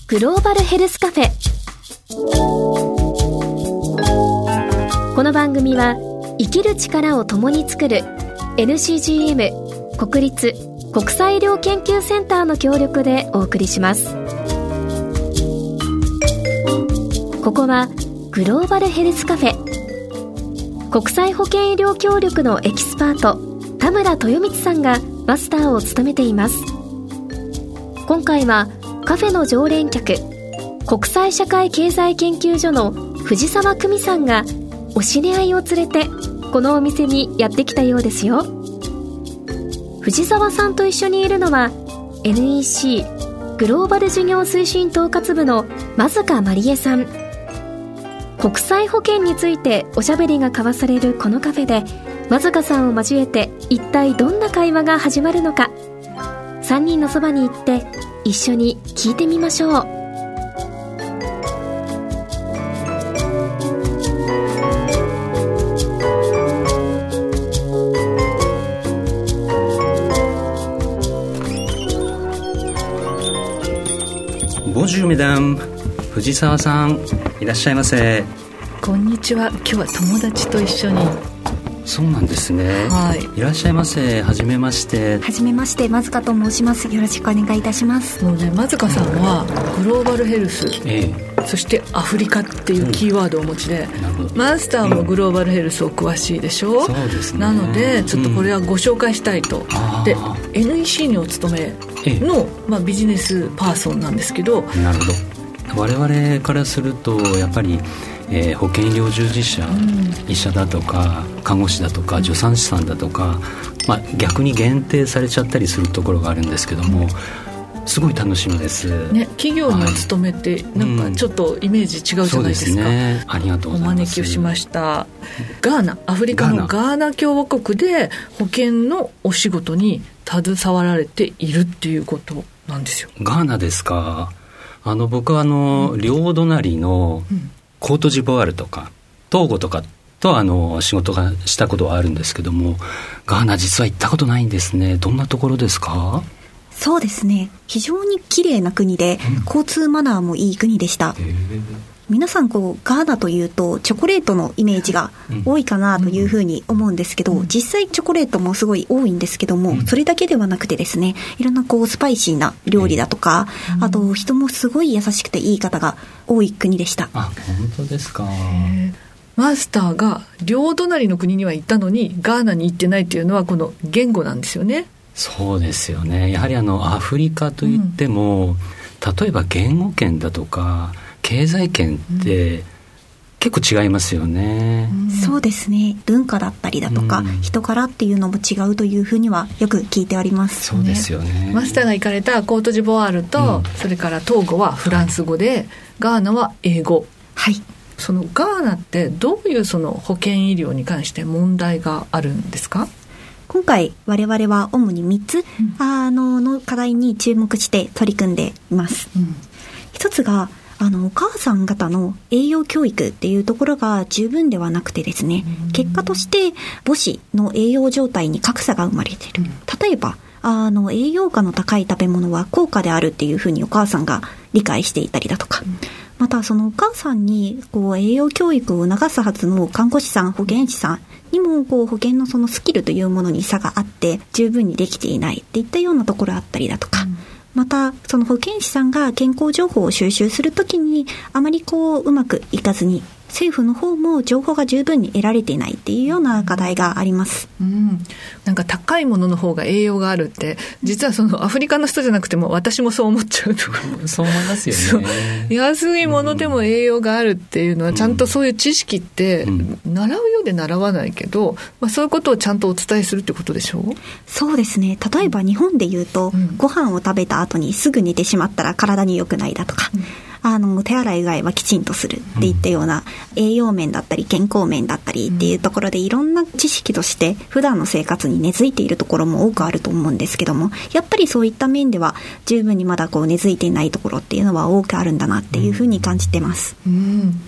グローバルヘルスカフェ。この番組は生きる力を共に作る NCGM 国立国際医療研究センターの協力でお送りします。ここはグローバルヘルスカフェ。国際保健医療協力のエキスパート田村豊光さんがマスターを務めています。今回はカフェの常連客、国際社会経済研究所の藤沢久美さんがお知り合いを連れてこのお店にやってきたようですよ。藤沢さんと一緒にいるのは NEC グローバル事業推進統括部の馬塚まりえさん。国際保険についておしゃべりが交わされるこのカフェで、馬塚さんを交えて一体どんな会話が始まるのか、3人のそばに行って一緒に聞いてみましょう。 ボンジュールメダム、藤沢さんいらっしゃいませ。 こんにちは。今日は友達と一緒に。 そうなんですね、はい、いらっしゃいませ。はじめまして。 はじめまして、馬塚と申します。よろしくお願いいたします。 もうね、馬塚さんはグローバルヘルス、そしてアフリカっていうキーワードをお持ちで、マスターもグローバルヘルスを詳しいでしょ、そうですね。なのでちょっとこれはご紹介したいと、で NEC にお勤めの、ビジネスパーソンなんですけど。 なるほど。我々からするとやっぱり、保健医療従事者、医者だとか看護師だとか助産師さんだとか、逆に限定されちゃったりするところがあるんですけども、すごい楽しみです、ね。 企業にお勤めってなんかちょっとイメージ違うじゃないですか、そうですね。 ありがとうございます。 お招きをしました。ガーナ、アフリカのガーナ共和国で保健のお仕事に携わられているっていうことなんですよ。 ガーナですか。僕は両隣のコートジボワールとかトーゴとかと仕事がしたことはあるんですけども、ガーナ実は行ったことないんですね。どんなところですか？ そうですね、非常に綺麗な国で、交通マナーもいい国でした。皆さんガーナというとチョコレートのイメージが多いかなというふうに思うんですけど、実際チョコレートもすごい多いんですけども、それだけではなくてですね、いろんなスパイシーな料理だとか、あと人もすごい優しくていい方が多い国でした。 あ、本当ですか。 マスターが両隣の国には行ったのにガーナに行ってないっていうのはこの言語なんですよね。 そうですよね。やはりアフリカといっても、例えば言語圏だとか経済圏って結構違いますよね。 そうですね。文化だったりだとか、人柄っていうのも違うというふうにはよく聞いております。 そうですよね。 マスターが行かれたコートジボワールと、それからトーゴはフランス語で、ガーナは英語。はい。そのガーナってどういうその保健医療に関して問題があるんですか？ 今回我々は主に3つ、の課題に注目して取り組んでいます。一つがお母さん方の栄養教育っていうところが十分ではなくてですね、結果として母子の栄養状態に格差が生まれている。例えば栄養価の高い食べ物は高価であるっていうふうにお母さんが理解していたりだとか、またそのお母さんに栄養教育を促すはずの看護師さん、保健師さんにも保健のそのスキルというものに差があって十分にできていないっていったようなところあったりだとか、またその保健師さんが健康情報を収集するときにあまりうまくいかずに、政府の方も情報が十分に得られていないっていうような課題があります。 なんか高いものの方が栄養があるって、実はそのアフリカの人じゃなくても私もそう思っちゃうとかそう思いますよね。 安いものでも栄養があるっていうのはちゃんとそういう知識って習うようで習わないけど、そういうことをちゃんとお伝えするってことでしょう？ そうですね。例えば日本で言うと、ご飯を食べた後にすぐ寝てしまったら体に良くないだとか、手洗いうがいはきちんとするっていったような、栄養面だったり健康面だったりっていうところでいろんな知識として普段の生活に根付いているところも多くあると思うんですけども、やっぱりそういった面では十分にまだ根付いていないところっていうのは多くあるんだなっていうふうに感じてます。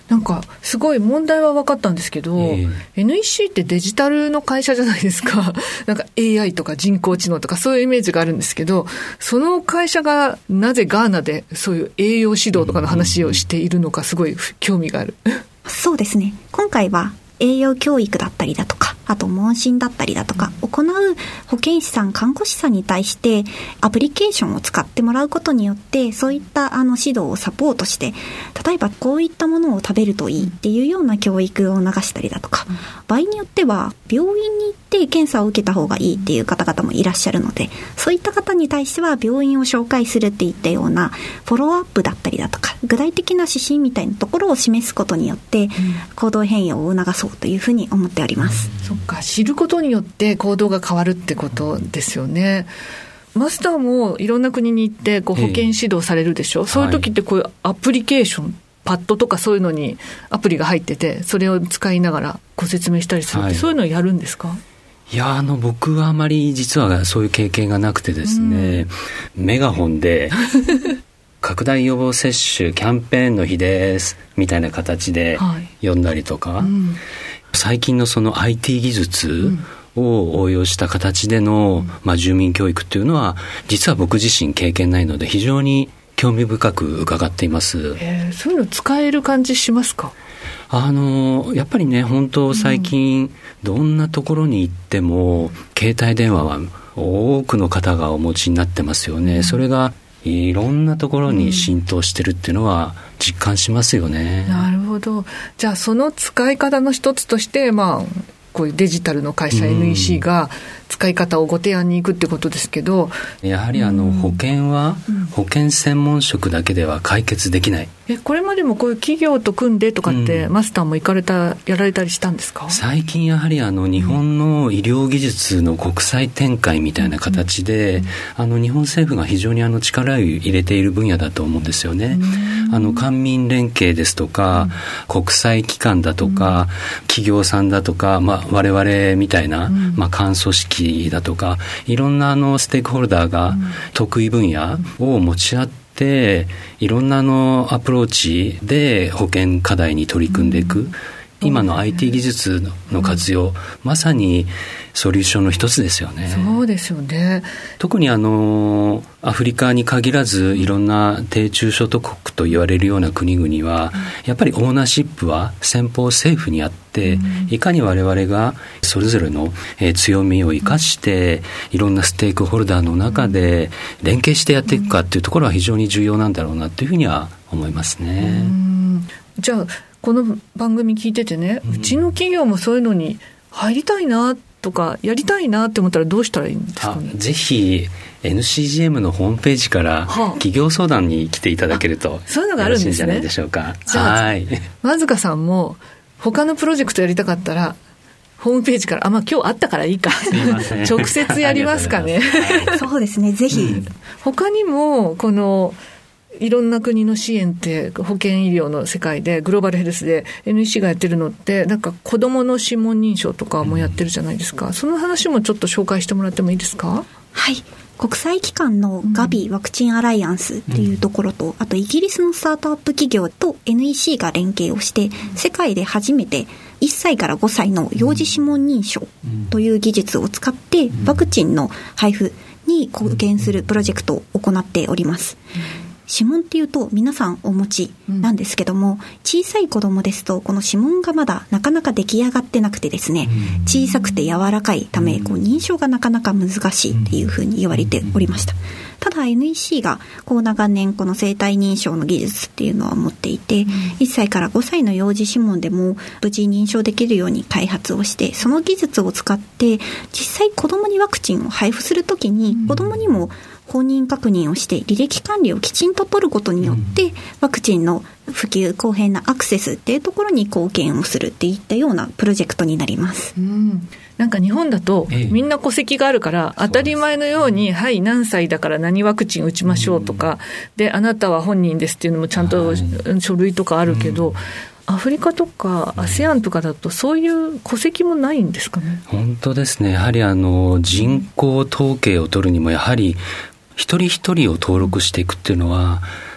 なんかすごい問題は分かったんですけど、NEC ってデジタルの会社じゃないですか。なんか AI とか人工知能とかそういうイメージがあるんですけど、その会社がなぜガーナでそういう栄養指導とかの話をしているのかすごい興味がある。 そうですね。今回は栄養教育だったりだとか、あと問診だったりだとか、行う保健師さん、看護師さんに対してアプリケーションを使ってもらうことによって、そういった指導をサポートして、例えばこういったものを食べるといいっていうような教育を流したりだとか、場合によっては病院に行って検査を受けた方がいいっていう方々もいらっしゃるので、そういった方に対しては病院を紹介するっていったようなフォローアップだったりだとか、具体的な指針みたいなところを示すことによって行動変容を促そうというふうに思っております。 そっか、知ることによって行動が変わるってことですよね。マスターもいろんな国に行って保健指導されるでしょ、そういう時ってこういうアプリケーション、パッドとかそういうのにアプリが入ってて、それを使いながらご説明したりするって、そういうのをやるんですか？ いや、僕はあまり実はそういう経験がなくてですね、メガホンで拡大予防接種キャンペーンの日ですみたいな形で読んだりとか、最近のその IT 技術を応用した形での、住民教育っていうのは実は僕自身経験ないので非常に興味深く伺っています。 そういうの使える感じしますか？ やっぱりね、本当最近どんなところに行っても携帯電話は多くの方がお持ちになってますよね。それがいろんなところに浸透してるっていうのは実感しますよね。 なるほど。じゃあその使い方の一つとして、こういうデジタルの会社 NEC が使い方をご提案に行くってことですけど、 やはり保険は保険専門職だけでは解決できない。 これまでもこういう企業と組んでとかって、マスターもやられたりしたんですか？ 最近やはり日本の医療技術の国際展開みたいな形で、日本政府が非常に力を入れている分野だと思うんですよね。官民連携ですとか、国際機関だとか、企業さんだとか、我々みたいな、監組織だとか、いろんなステークホルダーが得意分野を持ち合っていろんなアプローチで保険課題に取り組んでいく、今の IT 技術の活用、まさにソリューションの一つですよね。 そうですよね。 特にアフリカに限らずいろんな低中所得国と言われるような国々は、やっぱりオーナーシップは先方政府にあって、いかに我々がそれぞれの強みを生かしていろんなステークホルダーの中で連携してやっていくかっていうところは非常に重要なんだろうなというふうには思いますね。 じゃあこの番組聞いててね、うちの企業もそういうのに入りたいなとかやりたいなって思ったらどうしたらいいんですかね？ ぜひ NCGM のホームページから企業相談に来ていただけるとそういうのがあるんですね。 よろしいんじゃないでしょうか。 じゃあまずかさんも他のプロジェクトやりたかったらホームページから今日あったからいいか直接やりますかね。 そうですね、ぜひ、 他にもこのいろんな国の支援って保健医療の世界でグローバルヘルスで NEC がやってるのって、なんか子どもの指紋認証とかもやってるじゃないですか。その話もちょっと紹介してもらってもいいですか？ はい、国際機関のガビワクチンアライアンスっていうところと、あとイギリスのスタートアップ企業と NEC が連携をして、世界で初めて1歳から5歳の幼児指紋認証という技術を使ってワクチンの配布に貢献するプロジェクトを行っております。指紋っていうと皆さんお持ちなんですけども、小さい子供ですとこの指紋がまだなかなか出来上がってなくてですね、小さくて柔らかいため認証がなかなか難しいっていうふうに言われておりました。ただ NEC が長年この生体認証の技術っていうのは持っていて、1歳から5歳の幼児指紋でも無事認証できるように開発をして、その技術を使って実際子供にワクチンを配布するときに子供にも本人確認をして履歴管理をきちんと取ることによって、ワクチンの普及、公平なアクセスっていうところに貢献をするっていったようなプロジェクトになります。 なんか日本だとみんな戸籍があるから当たり前のように、はい何歳だから何ワクチン打ちましょうとかで、あなたは本人ですっていうのもちゃんと書類とかあるけど、アフリカとか ASEAN とかだとそういう戸籍もないんですかね？ 本当ですね。やはり人口統計を取るにもやはり一人一人を登録していくっていうのは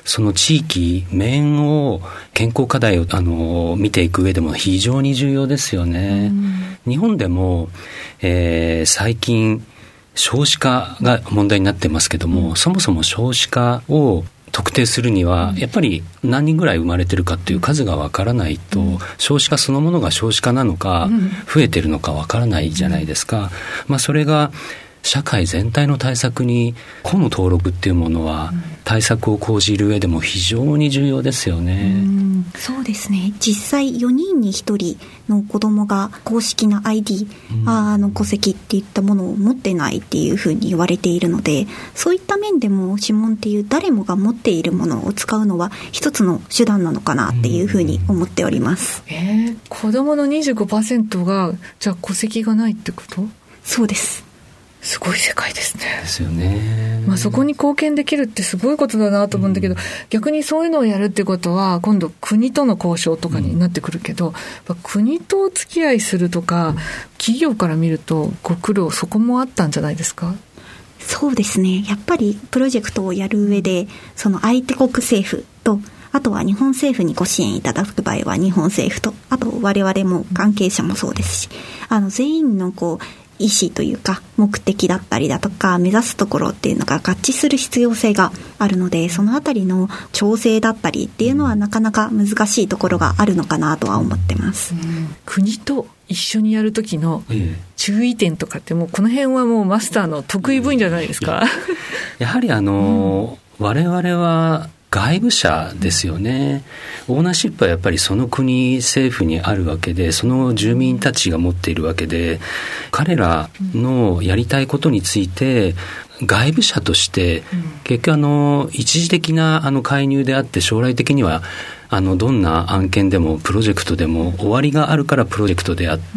その地域面を健康課題を見ていく上でも非常に重要ですよね。日本でも、最近少子化が問題になってますけども、そもそも少子化を特定するにはやっぱり何人ぐらい生まれてるかっていう数がわからないと、少子化そのものが少子化なのか増えてるのかわからないじゃないですか。それが社会全体の対策に個の登録っていうものは対策を講じる上でも非常に重要ですよね。 そうですね。実際4人に1人の子供が公式な ID、戸籍っていったものを持ってないっていうふうに言われているので、そういった面でも指紋っていう誰もが持っているものを使うのは一つの手段なのかなっていうふうに思っております。 子供の 25% がじゃあ戸籍がないってこと？ そうです。 すごい世界ですね。 ですよね。 そこに貢献できるってすごいことだなと思うんだけど、逆にそういうのをやるってことは今度国との交渉とかになってくるけど、国とお付き合いするとか、企業から見るとご苦労そこもあったんじゃないですか？ そうですね。やっぱりプロジェクトをやる上で、その相手国政府と、あとは日本政府にご支援いただく場合は日本政府と、あと我々も関係者もそうですし、全員の意思というか目的だったりだとか目指すところっていうのが合致する必要性があるので、そのあたりの調整だったりっていうのはなかなか難しいところがあるのかなとは思ってます。 国と一緒にやる時の注意点とかってもうこの辺はもうマスターの得意分じゃないですか？ やはり我々は外部者ですよね。オーナーシップはやっぱりその国政府にあるわけで、その住民たちが持っているわけで、彼らのやりたいことについて外部者として結局一時的な介入であって、将来的にはどんな案件でもプロジェクトでも終わりがあるからプロジェクトであって、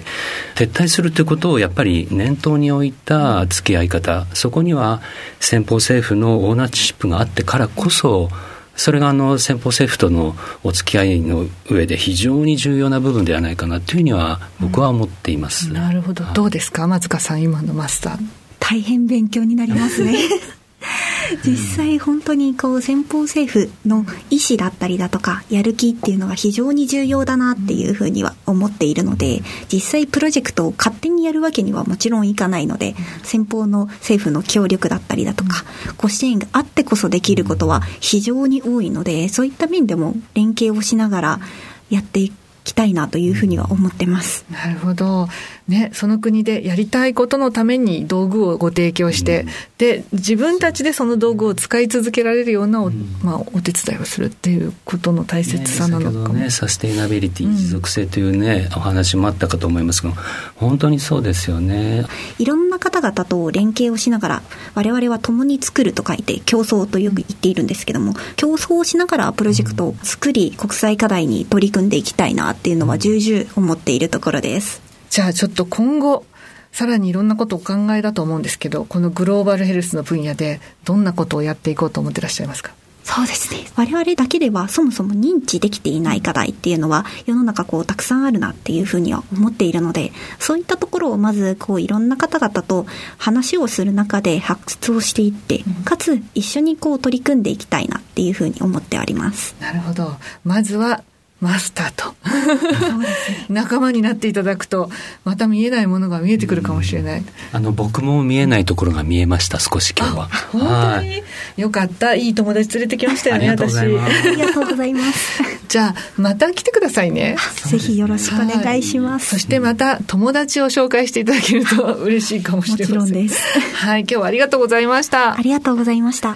撤退するということをやっぱり念頭に置いた付き合い方、そこには先方政府のオーナーシップがあってからこそ、それが先方政府とのお付き合いの上で非常に重要な部分ではないかなというふうには僕は思っています。 なるほど。どうですか、松川さん、今のマスター。 大変勉強になりますね。実際本当に先方政府の意思だったりだとかやる気っていうのが非常に重要だなっていうふうには思っているので、実際プロジェクトを勝手にやるわけにはもちろんいかないので、先方の政府の協力だったりだとかご支援があってこそできることは非常に多いので、そういった面でも連携をしながらやっていきたいなというふうには思ってます。 なるほど、ね、その国でやりたいことのために道具をご提供して、で自分たちでその道具を使い続けられるようなお手伝いをするっていうことの大切さなのかも、 サステイナビリティ、持続性というね、お話もあったかと思いますが、本当にそうですよね。 いろんな方々と連携をしながら、我々は共に作ると書いて競争とよく言っているんですけども、競争をしながらプロジェクトを作り、国際課題に取り組んでいきたいなっていうのは重々思っているところです。 じゃあちょっと今後さらにいろんなことをお考えだと思うんですけど、このグローバルヘルスの分野でどんなことをやっていこうと思ってらっしゃいますか？ そうですね。我々だけではそもそも認知できていない課題っていうのは世の中たくさんあるなっていうふうには思っているので、そういったところをまずいろんな方々と話をする中で発掘をしていって、かつ一緒に取り組んでいきたいなっていうふうに思っております。 なるほど。まずはマスターと仲間になっていただくと、また見えないものが見えてくるかもしれない。 僕も見えないところが見えました、少し今日は。 本当によかった。いい友達連れてきましたよね、私。 ありがとうございます。 じゃあまた来てくださいね。 ぜひよろしくお願いします。 そしてまた友達を紹介していただけると嬉しいかもしれません。 もちろんです。 はい、今日はありがとうございました。 ありがとうございました。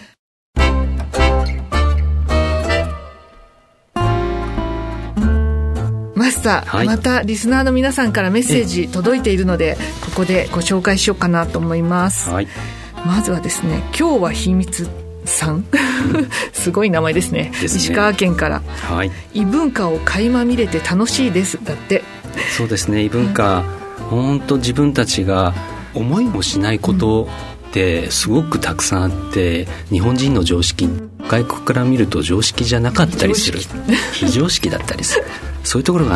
マスター、はい、またリスナーの皆さんからメッセージ届いているので、ここでご紹介しようかなと思います、はい、まずはですね、今日は秘密さんすごい名前ですね。石川県から、はい、異文化を垣間見れて楽しいですだって。 そうですね、異文化、本当自分たちが思いもしないことってすごくたくさんあって、日本人の常識、外国から見ると常識じゃなかったりする、非常識だったりするそういうところが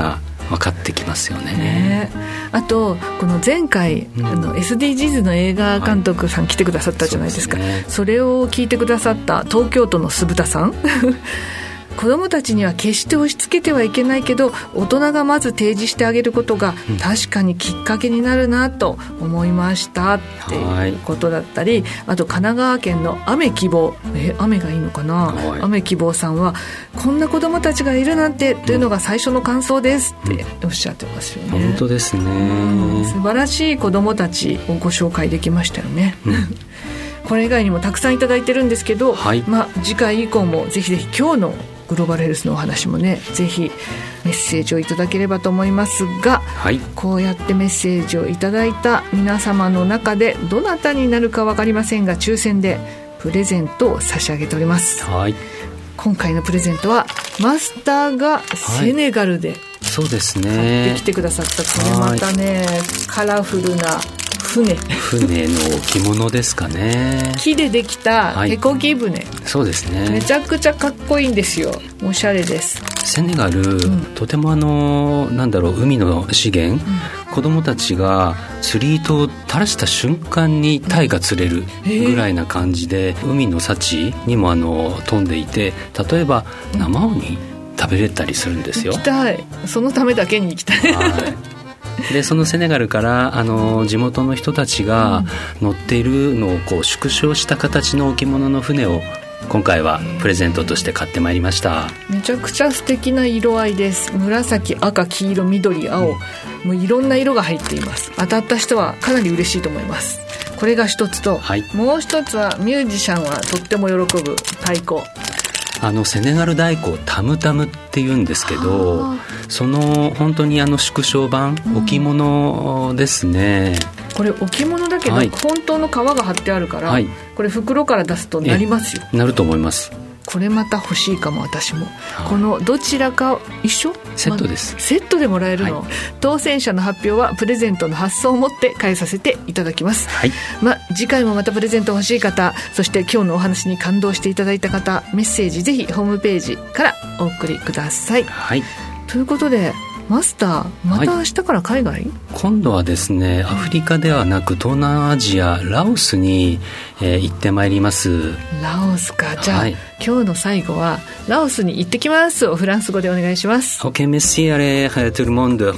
分かってきますよ ね。 あとこの前回、SDGs の映画監督さん来てくださったじゃないですか、それを聞いてくださった東京都の酢豚さん子どもたちには決して押し付けてはいけないけど大人がまず提示してあげることが確かにきっかけになるなと思いましたっていうことだったり、あと神奈川県の雨希望、雨がいいのかな、雨希望さんはこんな子どもたちがいるなんてというのが最初の感想ですっておっしゃってますよね。 本当ですね、 素晴らしい子どもたちをご紹介できましたよね、これ以外にもたくさんいただいてるんですけど、次回以降もぜひぜひ今日のグローバルヘルスのお話もね、ぜひメッセージをいただければと思いますが、こうやってメッセージをいただいた皆様の中でどなたになるか分かりませんが、抽選でプレゼントを差し上げております。今回のプレゼントはマスターがセネガルでそうですね、 買ってきてくださった、これまたね、カラフルな船の着物ですかね。 木でできた手漕ぎ船、 そうですね、 めちゃくちゃかっこいいんですよ。おしゃれです。 セネガル、とても海の資源、子供たちが釣り糸を垂らした瞬間にタイが釣れるぐらいな感じで、海の幸にも飛んでいて、例えば生ウニ食べれたりするんですよ。 行きたい、そのためだけに行きたい。 でそのセネガルから地元の人たちが乗っているのをこう縮小した形の置物の船を今回はプレゼントとして買ってまいりました。 めちゃくちゃ素敵な色合いです。紫、赤、黄色、緑、青、もういろんな色が入っています。当たった人はかなり嬉しいと思います。これが一つと、もう一つはミュージシャンはとっても喜ぶ太鼓。 セネガル太鼓タムタムって言うんですけど、その本当に縮小版、置物ですね。これ置物だけど、本当の革が貼ってあるから、これ袋から出すとなりますよ。 なると思います。 これまた欲しいかも、私も。このどちらか一緒？ セットです。 セットでもらえるの、当選者の発表はプレゼントの発送をもって返させていただきます。次回もまたプレゼント欲しい方、そして今日のお話に感動していただいた方、メッセージぜひホームページからお送りください。ということでマスター、また明日から海外？ 今度はですね、アフリカではなく東南アジアラオスに、行ってまいります。 ラオスか。じゃあ、今日の最後はラオスに行ってきますをフランス語でお願いします。 OK, merci, allez, tout le monde.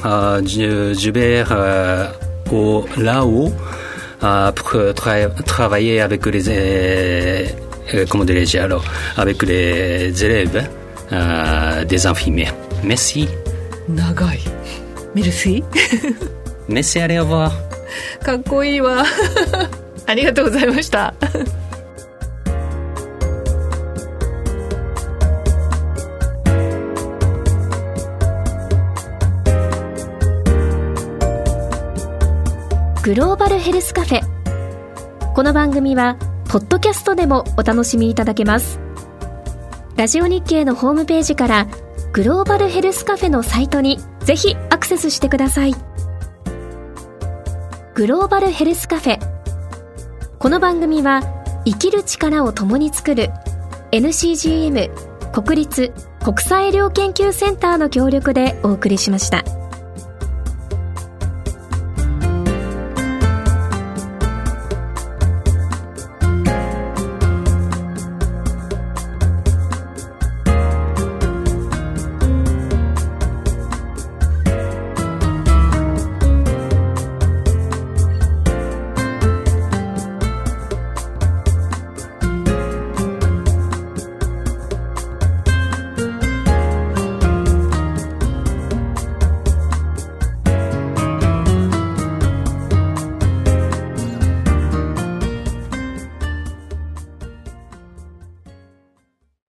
Je vais au Laos pour travailler avec les comment dirais-je alors, avec les élèves des infirmiers. Merci. 長い。メルシー。 メッセーレオバー。かっこいいわ。ありがとうございました。 グローバルヘルスカフェ。この番組はポッドキャストでもお楽しみいただけます。ラジオ日経のホームページからグローバルヘルスカフェのサイトにぜひアクセスしてください。グローバルヘルスカフェ。この番組は生きる力を共に作る NCGM 国立国際医療研究センターの協力でお送りしました。